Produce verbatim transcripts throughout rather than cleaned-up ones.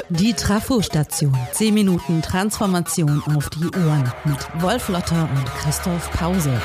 Die Trafo-Station. zehn Minuten Transformation auf die Ohren mit Wolf Lotter und Christoph Pause.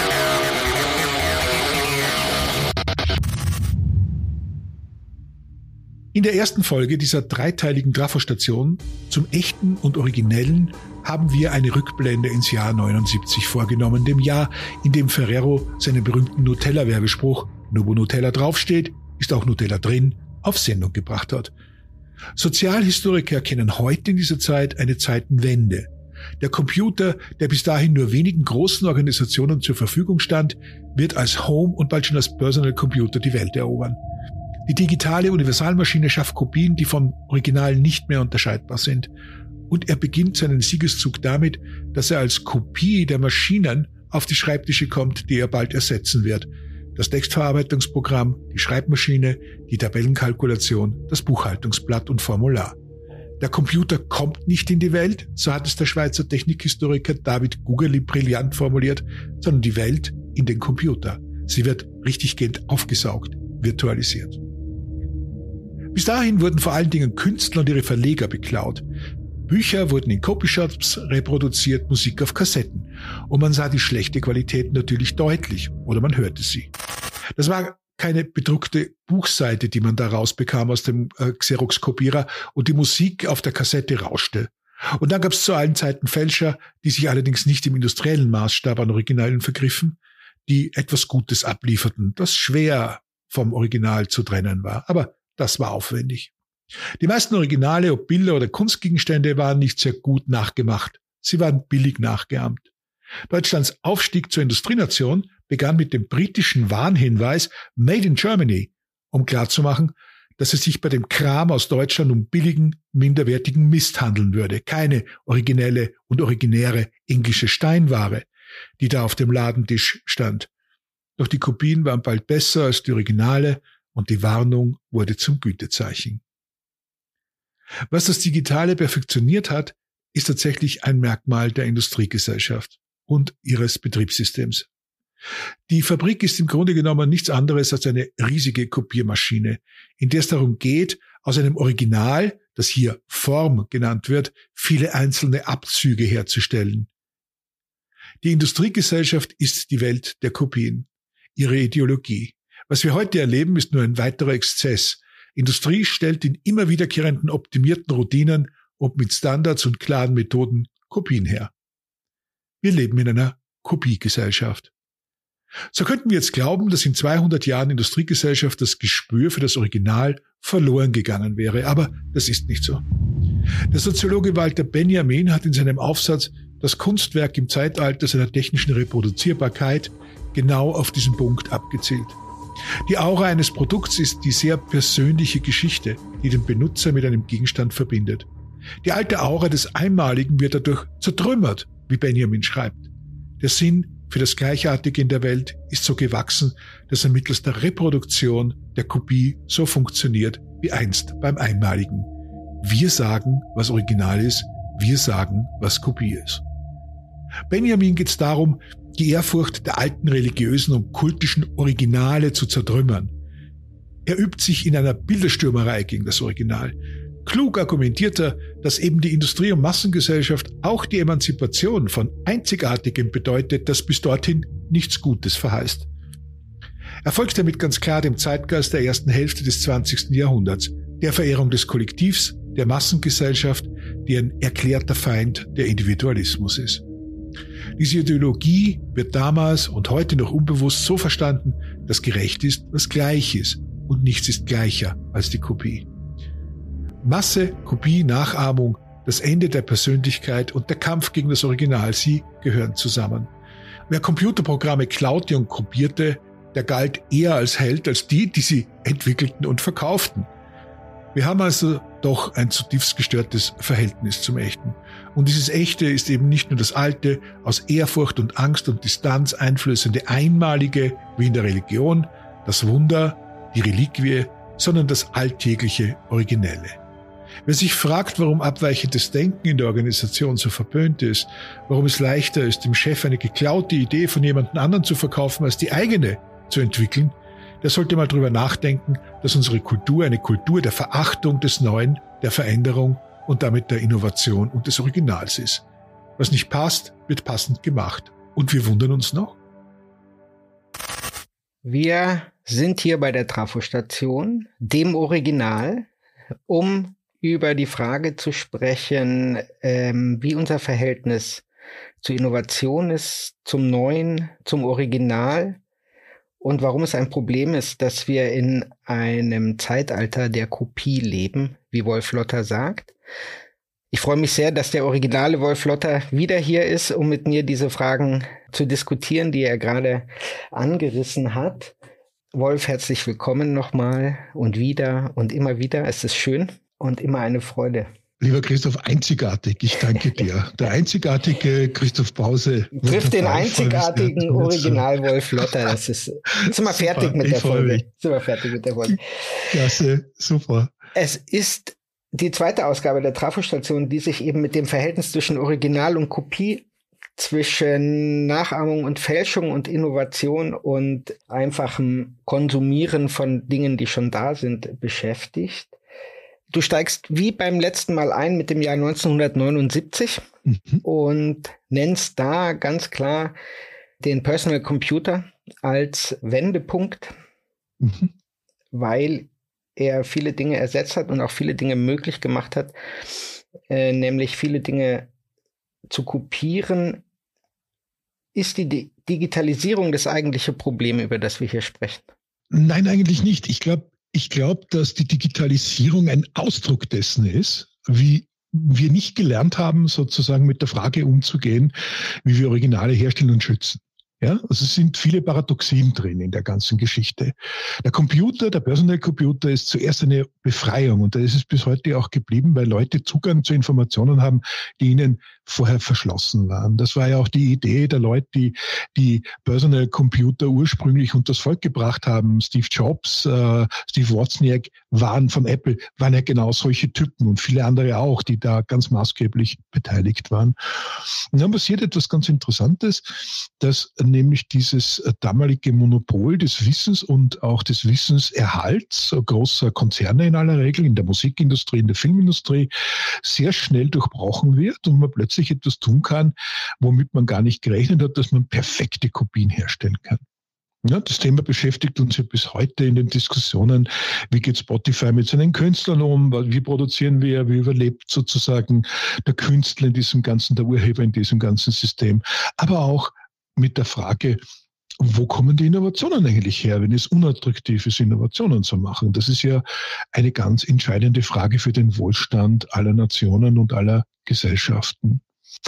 In der ersten Folge dieser dreiteiligen Trafo-Station zum Echten und Originellen haben wir eine Rückblende ins Jahr neunundsiebzig vorgenommen, dem Jahr, in dem Ferrero seinen berühmten Nutella-Werbespruch "Nur wo Nutella draufsteht, ist auch Nutella drin" auf Sendung gebracht hat. Sozialhistoriker erkennen heute in dieser Zeit eine Zeitenwende. Der Computer, der bis dahin nur wenigen großen Organisationen zur Verfügung stand, wird als Home und bald schon als Personal Computer die Welt erobern. Die digitale Universalmaschine schafft Kopien, die vom Original nicht mehr unterscheidbar sind. Und er beginnt seinen Siegeszug damit, dass er als Kopie der Maschinen auf die Schreibtische kommt, die er bald ersetzen wird. Das Textverarbeitungsprogramm, die Schreibmaschine, die Tabellenkalkulation, das Buchhaltungsblatt und Formular. Der Computer kommt nicht in die Welt, so hat es der Schweizer Technikhistoriker David Gugeli brillant formuliert, sondern die Welt in den Computer. Sie wird richtiggehend aufgesaugt, virtualisiert. Bis dahin wurden vor allen Dingen Künstler und ihre Verleger beklaut. Bücher wurden in Copyshops reproduziert, Musik auf Kassetten. Und man sah die schlechte Qualität natürlich deutlich oder man hörte sie. Das war keine bedruckte Buchseite, die man da rausbekam aus dem äh, Xerox-Kopierer und die Musik auf der Kassette rauschte. Und dann gab es zu allen Zeiten Fälscher, die sich allerdings nicht im industriellen Maßstab an Originalen vergriffen, die etwas Gutes ablieferten, das schwer vom Original zu trennen war. Aber das war aufwendig. Die meisten Originale, ob Bilder oder Kunstgegenstände, waren nicht sehr gut nachgemacht. Sie waren billig nachgeahmt. Deutschlands Aufstieg zur Industrienation begann mit dem britischen Warnhinweis Made in Germany, um klarzumachen, dass es sich bei dem Kram aus Deutschland um billigen, minderwertigen Mist handeln würde. Keine originelle und originäre englische Steinware, die da auf dem Ladentisch stand. Doch die Kopien waren bald besser als die Originale und die Warnung wurde zum Gütezeichen. Was das Digitale perfektioniert hat, ist tatsächlich ein Merkmal der Industriegesellschaft und ihres Betriebssystems. Die Fabrik ist im Grunde genommen nichts anderes als eine riesige Kopiermaschine, in der es darum geht, aus einem Original, das hier Form genannt wird, viele einzelne Abzüge herzustellen. Die Industriegesellschaft ist die Welt der Kopien, ihre Ideologie. Was wir heute erleben, ist nur ein weiterer Exzess. Industrie stellt in immer wiederkehrenden optimierten Routinen und mit Standards und klaren Methoden Kopien her. Wir leben in einer Kopiegesellschaft. So könnten wir jetzt glauben, dass in zweihundert Jahren Industriegesellschaft das Gespür für das Original verloren gegangen wäre, aber das ist nicht so. Der Soziologe Walter Benjamin hat in seinem Aufsatz Das Kunstwerk im Zeitalter seiner technischen Reproduzierbarkeit genau auf diesen Punkt abgezielt. Die Aura eines Produkts ist die sehr persönliche Geschichte, die den Benutzer mit einem Gegenstand verbindet. Die alte Aura des Einmaligen wird dadurch zertrümmert, wie Benjamin schreibt. Der Sinn für das Gleichartige in der Welt ist so gewachsen, dass er mittels der Reproduktion der Kopie so funktioniert wie einst beim Einmaligen. Wir sagen, was Original ist, wir sagen, was Kopie ist. Benjamin geht es darum, die Ehrfurcht der alten religiösen und kultischen Originale zu zertrümmern. Er übt sich in einer Bilderstürmerei gegen das Original. Klug argumentiert er, dass eben die Industrie- und Massengesellschaft auch die Emanzipation von Einzigartigem bedeutet, das bis dorthin nichts Gutes verheißt. Er folgt damit ganz klar dem Zeitgeist der ersten Hälfte des zwanzigsten Jahrhunderts, der Verehrung des Kollektivs, der Massengesellschaft, die ein erklärter Feind der Individualismus ist. Diese Ideologie wird damals und heute noch unbewusst so verstanden, dass gerecht ist, was gleich ist und nichts ist gleicher als die Kopie. Masse, Kopie, Nachahmung, das Ende der Persönlichkeit und der Kampf gegen das Original, sie gehören zusammen. Wer Computerprogramme klaute und kopierte, der galt eher als Held als die, die sie entwickelten und verkauften. Wir haben also doch ein zutiefst gestörtes Verhältnis zum Echten. Und dieses Echte ist eben nicht nur das alte, aus Ehrfurcht und Angst und Distanz einflößende Einmalige, wie in der Religion, das Wunder, die Reliquie, sondern das alltägliche Originelle. Wer sich fragt, warum abweichendes Denken in der Organisation so verpönt ist, warum es leichter ist, dem Chef eine geklaute Idee von jemand anderem zu verkaufen, als die eigene zu entwickeln, der sollte mal drüber nachdenken, dass unsere Kultur eine Kultur der Verachtung des Neuen, der Veränderung und damit der Innovation und des Originals ist. Was nicht passt, wird passend gemacht. Und wir wundern uns noch. Wir sind hier bei der Trafostation, dem Original, um über die Frage zu sprechen, ähm, wie unser Verhältnis zur Innovation ist, zum Neuen, zum Original und warum es ein Problem ist, dass wir in einem Zeitalter der Kopie leben, wie Wolf Lotter sagt. Ich freue mich sehr, dass der originale Wolf Lotter wieder hier ist, um mit mir diese Fragen zu diskutieren, die er gerade angerissen hat. Wolf, herzlich willkommen nochmal und wieder und immer wieder. Es ist schön und immer eine Freude. Lieber Christoph, einzigartig. Ich danke dir. Der einzigartige Christoph Pause trifft den einzigartigen Original Wolf Lotter. Das ist, sind wir fertig mit der Folge. Sind wir fertig mit der Folge. Klasse, super. Es ist die zweite Ausgabe der Trafostation, die sich eben mit dem Verhältnis zwischen Original und Kopie, zwischen Nachahmung und Fälschung und Innovation und einfachem Konsumieren von Dingen, die schon da sind, beschäftigt. Du steigst wie beim letzten Mal ein mit dem Jahr neunzehnhundertneunundsiebzig mhm. und nennst da ganz klar den Personal Computer als Wendepunkt, mhm. weil er viele Dinge ersetzt hat und auch viele Dinge möglich gemacht hat, äh, nämlich viele Dinge zu kopieren. Ist die Di- Digitalisierung das eigentliche Problem, über das wir hier sprechen? Nein, eigentlich nicht. Ich glaube, ich glaube, dass die Digitalisierung ein Ausdruck dessen ist, wie wir nicht gelernt haben, sozusagen mit der Frage umzugehen, wie wir Originale herstellen und schützen. Ja, also es sind viele Paradoxien drin in der ganzen Geschichte. Der Computer, der Personal Computer ist zuerst eine Befreiung und da ist es bis heute auch geblieben, weil Leute Zugang zu Informationen haben, die ihnen vorher verschlossen waren. Das war ja auch die Idee der Leute, die die Personal Computer ursprünglich unter das Volk gebracht haben. Steve Jobs, äh, Steve Wozniak waren von Apple, waren ja genau solche Typen und viele andere auch, die da ganz maßgeblich beteiligt waren. Und dann passiert etwas ganz Interessantes, dass nämlich dieses damalige Monopol des Wissens und auch des Wissenserhalts großer Konzerne in aller Regel, in der Musikindustrie, in der Filmindustrie, sehr schnell durchbrochen wird und man plötzlich etwas tun kann, womit man gar nicht gerechnet hat, dass man perfekte Kopien herstellen kann. Ja, das Thema beschäftigt uns ja bis heute in den Diskussionen, wie geht Spotify mit seinen Künstlern um, wie produzieren wir, wie überlebt sozusagen der Künstler in diesem ganzen, der Urheber in diesem ganzen System, aber auch mit der Frage, wo kommen die Innovationen eigentlich her, wenn es unattraktiv ist, Innovationen zu machen? Das ist ja eine ganz entscheidende Frage für den Wohlstand aller Nationen und aller Gesellschaften.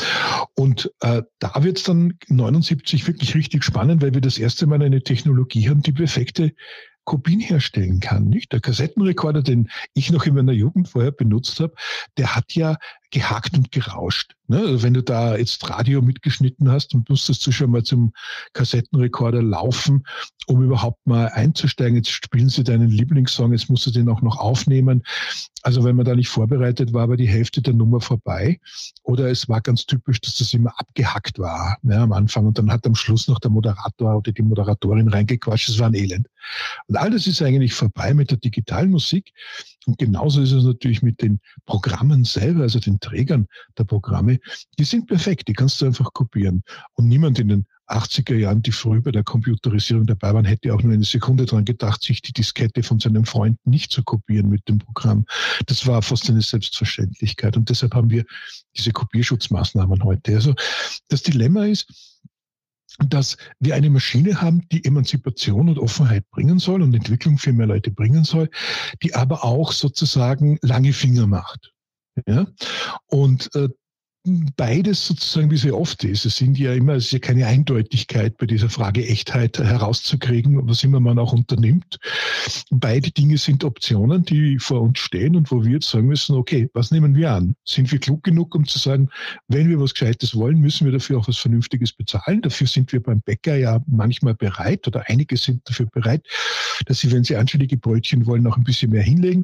Und äh, da wird es dann neunundsiebzig wirklich richtig spannend, weil wir das erste Mal eine Technologie haben, die perfekte Kopien herstellen kann. Nicht? Der Kassettenrekorder, den ich noch in meiner Jugend vorher benutzt habe, der hat ja gehakt und gerauscht. Ne? Also wenn du da jetzt Radio mitgeschnitten hast, dann musstest du schon mal zum Kassettenrekorder laufen, um überhaupt mal einzusteigen. Jetzt spielen sie deinen Lieblingssong, jetzt musst du den auch noch aufnehmen. Also wenn man da nicht vorbereitet war, war die Hälfte der Nummer vorbei. Oder es war ganz typisch, dass das immer abgehackt war, ne, am Anfang. Und dann hat am Schluss noch der Moderator oder die Moderatorin reingequatscht. Das war ein Elend. Und all das ist eigentlich vorbei mit der digitalen Musik. Und genauso ist es natürlich mit den Programmen selber, also den Trägern der Programme. Die sind perfekt, die kannst du einfach kopieren. Und niemand in den achtziger Jahren, die früh bei der Computerisierung dabei waren, hätte auch nur eine Sekunde dran gedacht, sich die Diskette von seinem Freund nicht zu kopieren mit dem Programm. Das war fast eine Selbstverständlichkeit. Und deshalb haben wir diese Kopierschutzmaßnahmen heute. Also das Dilemma ist, dass wir eine Maschine haben, die Emanzipation und Offenheit bringen soll und Entwicklung für mehr Leute bringen soll, die aber auch sozusagen lange Finger macht. Ja? Und äh, beides sozusagen, wie es ja oft ist, es sind ja immer, es ist ja keine Eindeutigkeit bei dieser Frage Echtheit herauszukriegen, was immer man auch unternimmt. Beide Dinge sind Optionen, die vor uns stehen und wo wir jetzt sagen müssen, okay, was nehmen wir an? Sind wir klug genug, um zu sagen, wenn wir was Gescheites wollen, müssen wir dafür auch was Vernünftiges bezahlen? Dafür sind wir beim Bäcker ja manchmal bereit oder einige sind dafür bereit, dass sie, wenn sie anständige Brötchen wollen, auch ein bisschen mehr hinlegen.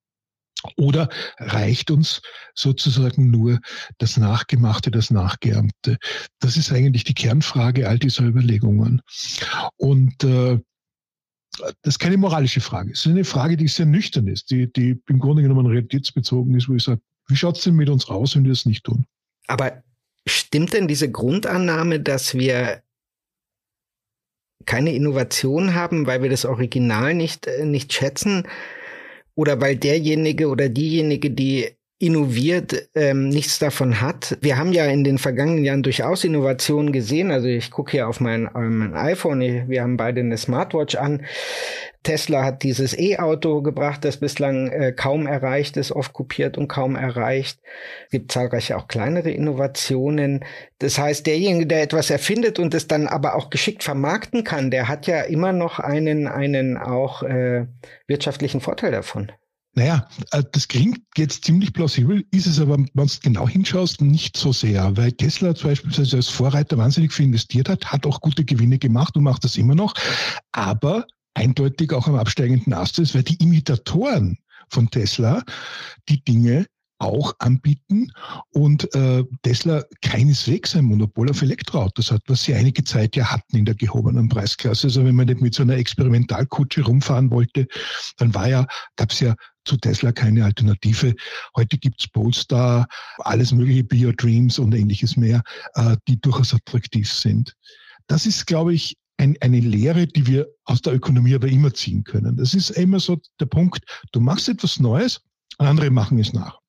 Oder reicht uns sozusagen nur das Nachgemachte, das Nachgeahmte? Das ist eigentlich die Kernfrage all dieser Überlegungen. Und äh, das ist keine moralische Frage. Es ist eine Frage, die sehr nüchtern ist, die, die im Grunde genommen realitätsbezogen ist, wo ich sage, wie schaut es denn mit uns aus, wenn wir das nicht tun? Aber stimmt denn diese Grundannahme, dass wir keine Innovation haben, weil wir das Original nicht, nicht schätzen oder weil derjenige oder diejenige, die innoviert, ähm, nichts davon hat? Wir haben ja in den vergangenen Jahren durchaus Innovationen gesehen. Also ich gucke hier auf mein, mein iPhone, wir haben beide eine Smartwatch an. Tesla hat dieses E-Auto gebracht, das bislang äh, kaum erreicht ist, oft kopiert und kaum erreicht. Es gibt zahlreiche auch kleinere Innovationen. Das heißt, derjenige, der etwas erfindet und es dann aber auch geschickt vermarkten kann, der hat ja immer noch einen, einen auch äh, wirtschaftlichen Vorteil davon. Naja, das klingt jetzt ziemlich plausibel, ist es aber, wenn du genau hinschaust, nicht so sehr, weil Tesla zum Beispiel als Vorreiter wahnsinnig viel investiert hat, hat auch gute Gewinne gemacht und macht das immer noch, aber eindeutig auch am absteigenden Ast ist, weil die Imitatoren von Tesla die Dinge auch anbieten und äh, Tesla keineswegs ein Monopol auf Elektroautos hat, was sie einige Zeit ja hatten in der gehobenen Preisklasse. Also wenn man nicht mit so einer Experimentalkutsche rumfahren wollte, dann war ja, gab es ja zu Tesla keine Alternative. Heute gibt's Polestar, alles mögliche, Be Your Dreams und ähnliches mehr, äh, die durchaus attraktiv sind. Das ist, glaube ich, ein, eine Lehre, die wir aus der Ökonomie aber immer ziehen können. Das ist immer so der Punkt, du machst etwas Neues, und andere machen es nach.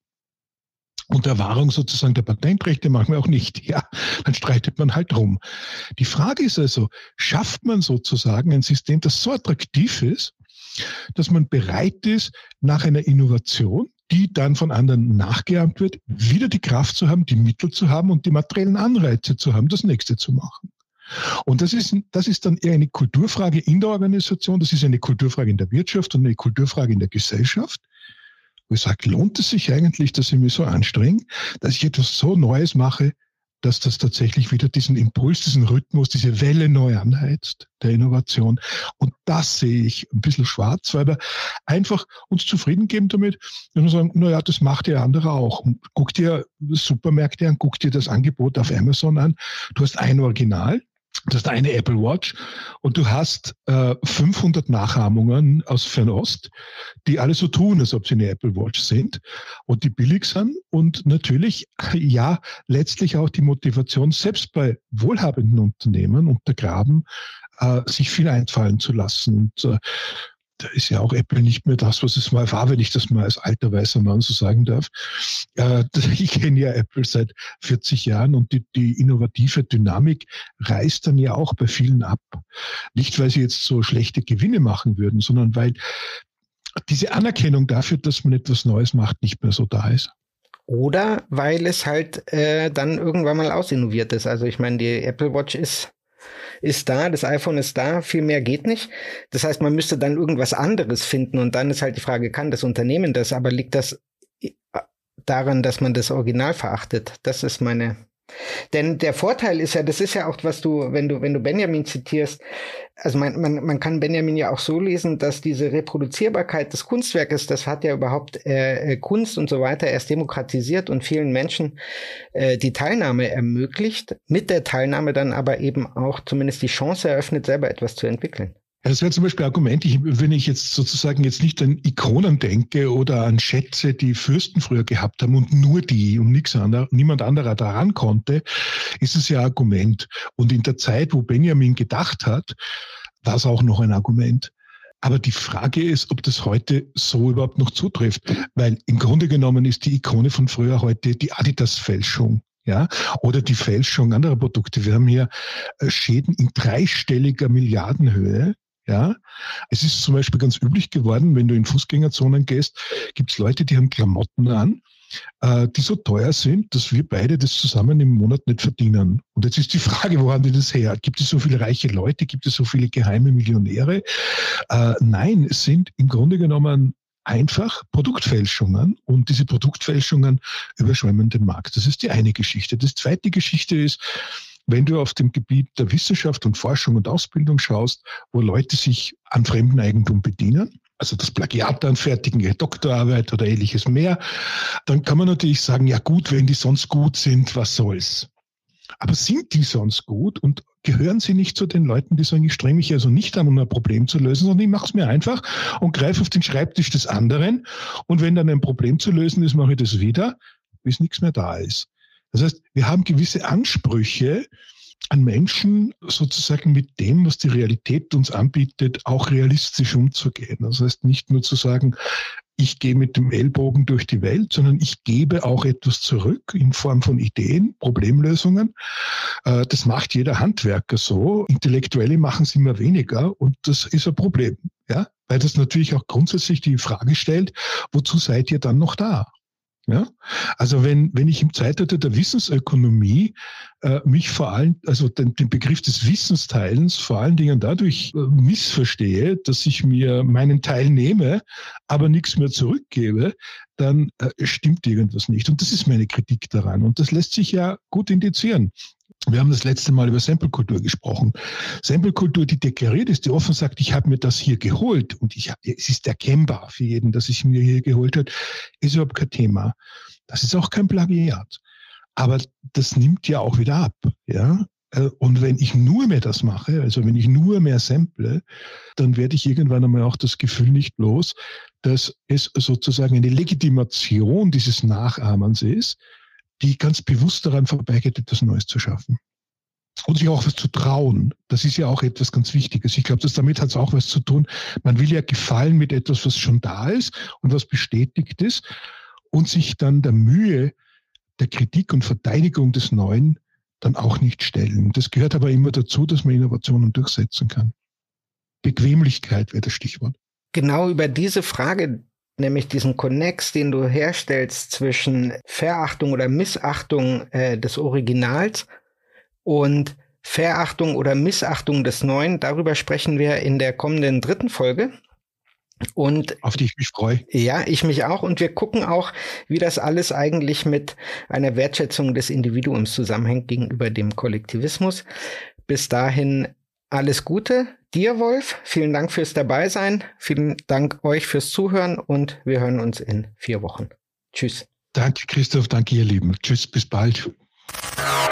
Unter Wahrung sozusagen der Patentrechte machen wir auch nicht. Ja, dann streitet man halt rum. Die Frage ist also, schafft man sozusagen ein System, das so attraktiv ist, dass man bereit ist, nach einer Innovation, die dann von anderen nachgeahmt wird, wieder die Kraft zu haben, die Mittel zu haben und die materiellen Anreize zu haben, das Nächste zu machen. Und das ist, das ist dann eher eine Kulturfrage in der Organisation, das ist eine Kulturfrage in der Wirtschaft und eine Kulturfrage in der Gesellschaft. Wo ich sage, lohnt es sich eigentlich, dass ich mich so anstrenge, dass ich etwas so Neues mache, dass das tatsächlich wieder diesen Impuls, diesen Rhythmus, diese Welle neu anheizt, der Innovation. Und das sehe ich ein bisschen schwarz, weil wir einfach uns zufrieden geben damit, wenn wir sagen, naja, das macht ja andere auch. Und guck dir Supermärkte an, guck dir das Angebot auf Amazon an. Du hast ein Original, du hast eine Apple Watch und du hast äh, fünfhundert Nachahmungen aus Fernost, die alle so tun, als ob sie eine Apple Watch sind und die billig sind und natürlich, ja, letztlich auch die Motivation, selbst bei wohlhabenden Unternehmen untergraben, äh, sich viel einfallen zu lassen. Und äh, da ist ja auch Apple nicht mehr das, was es mal war, wenn ich das mal als alter weißer Mann so sagen darf. Äh, ich kenne ja Apple seit vierzig Jahren und die, die innovative Dynamik reißt dann ja auch bei vielen ab. Nicht, weil sie jetzt so schlechte Gewinne machen würden, sondern weil diese Anerkennung dafür, dass man etwas Neues macht, nicht mehr so da ist. Oder weil es halt äh, dann irgendwann mal ausinnoviert ist. Also ich meine, die Apple Watch ist ist da, das iPhone ist da, viel mehr geht nicht. Das heißt, man müsste dann irgendwas anderes finden und dann ist halt die Frage, kann das Unternehmen das, aber liegt das daran, dass man das Original verachtet? Das ist meine... Denn der Vorteil ist ja, das ist ja auch, was du, wenn du, wenn du Benjamin zitierst, also man, man, man kann Benjamin ja auch so lesen, dass diese Reproduzierbarkeit des Kunstwerkes, das hat ja überhaupt äh, Kunst und so weiter erst demokratisiert und vielen Menschen äh, die Teilnahme ermöglicht, mit der Teilnahme dann aber eben auch zumindest die Chance eröffnet, selber etwas zu entwickeln. Ja, das wäre zum Beispiel ein Argument, ich, wenn ich jetzt sozusagen jetzt nicht an Ikonen denke oder an Schätze, die Fürsten früher gehabt haben und nur die und nichts anderes, niemand anderer daran konnte, ist es ja ein Argument. Und in der Zeit, wo Benjamin gedacht hat, war es auch noch ein Argument. Aber die Frage ist, ob das heute so überhaupt noch zutrifft. Weil im Grunde genommen ist die Ikone von früher heute die Adidas-Fälschung. Ja, oder die Fälschung anderer Produkte. Wir haben hier Schäden in dreistelliger Milliardenhöhe. Ja, es ist zum Beispiel ganz üblich geworden, wenn du in Fußgängerzonen gehst, gibt es Leute, die haben Klamotten an, äh, die so teuer sind, dass wir beide das zusammen im Monat nicht verdienen. Und jetzt ist die Frage, wo haben die das her? Gibt es so viele reiche Leute? Gibt es so viele geheime Millionäre? Äh, nein, es sind im Grunde genommen einfach Produktfälschungen und diese Produktfälschungen überschwemmen den Markt. Das ist die eine Geschichte. Die zweite Geschichte ist, wenn du auf dem Gebiet der Wissenschaft und Forschung und Ausbildung schaust, wo Leute sich an fremdem Eigentum bedienen, also das Plagiat anfertigen, ihre Doktorarbeit oder ähnliches mehr, dann kann man natürlich sagen, ja gut, wenn die sonst gut sind, was soll's? Aber sind die sonst gut? Und gehören Sie nicht zu den Leuten, die sagen, ich streng mich also nicht an, um ein Problem zu lösen, sondern ich mache es mir einfach und greife auf den Schreibtisch des anderen. Und wenn dann ein Problem zu lösen ist, mache ich das wieder, bis nichts mehr da ist. Das heißt, wir haben gewisse Ansprüche an Menschen, sozusagen mit dem, was die Realität uns anbietet, auch realistisch umzugehen. Das heißt, nicht nur zu sagen, ich gehe mit dem Ellbogen durch die Welt, sondern ich gebe auch etwas zurück in Form von Ideen, Problemlösungen. Das macht jeder Handwerker so. Intellektuelle machen es immer weniger und das ist ein Problem, ja, weil das natürlich auch grundsätzlich die Frage stellt, wozu seid ihr dann noch da? Ja, also wenn, wenn ich im Zeitalter der Wissensökonomie äh, mich vor allem, also den, den Begriff des Wissensteilens vor allen Dingen dadurch äh, missverstehe, dass ich mir meinen Teil nehme, aber nichts mehr zurückgebe, dann äh, stimmt irgendwas nicht. Und das ist meine Kritik daran. Und das lässt sich ja gut indizieren. Wir haben das letzte Mal über Samplekultur gesprochen. Samplekultur, die deklariert ist, die offen sagt, ich habe mir das hier geholt und ich, es ist erkennbar für jeden, dass ich mir hier geholt habe, ist überhaupt kein Thema. Das ist auch kein Plagiat. Aber das nimmt ja auch wieder ab. Ja? Und wenn ich nur mehr das mache, also wenn ich nur mehr sample, dann werde ich irgendwann einmal auch das Gefühl nicht los, dass es sozusagen eine Legitimation dieses Nachahmens ist, die ganz bewusst daran vorbeigeht, etwas Neues zu schaffen. Und sich auch was zu trauen. Das ist ja auch etwas ganz Wichtiges. Ich glaube, dass damit hat es auch was zu tun. Man will ja gefallen mit etwas, was schon da ist und was bestätigt ist und sich dann der Mühe der Kritik und Verteidigung des Neuen dann auch nicht stellen. Das gehört aber immer dazu, dass man Innovationen durchsetzen kann. Bequemlichkeit wäre das Stichwort. Genau über diese Frage, nämlich diesen Konnex, den du herstellst zwischen Verachtung oder Missachtung äh, des Originals und Verachtung oder Missachtung des Neuen. Darüber sprechen wir in der kommenden dritten Folge. Und auf die ich mich freue. Ja, ich mich auch. Und wir gucken auch, wie das alles eigentlich mit einer Wertschätzung des Individuums zusammenhängt gegenüber dem Kollektivismus. Bis dahin alles Gute. Dir, Wolf, vielen Dank fürs Dabeisein. Vielen Dank euch fürs Zuhören und wir hören uns in vier Wochen. Tschüss. Danke, Christoph. Danke, ihr Lieben. Tschüss, bis bald.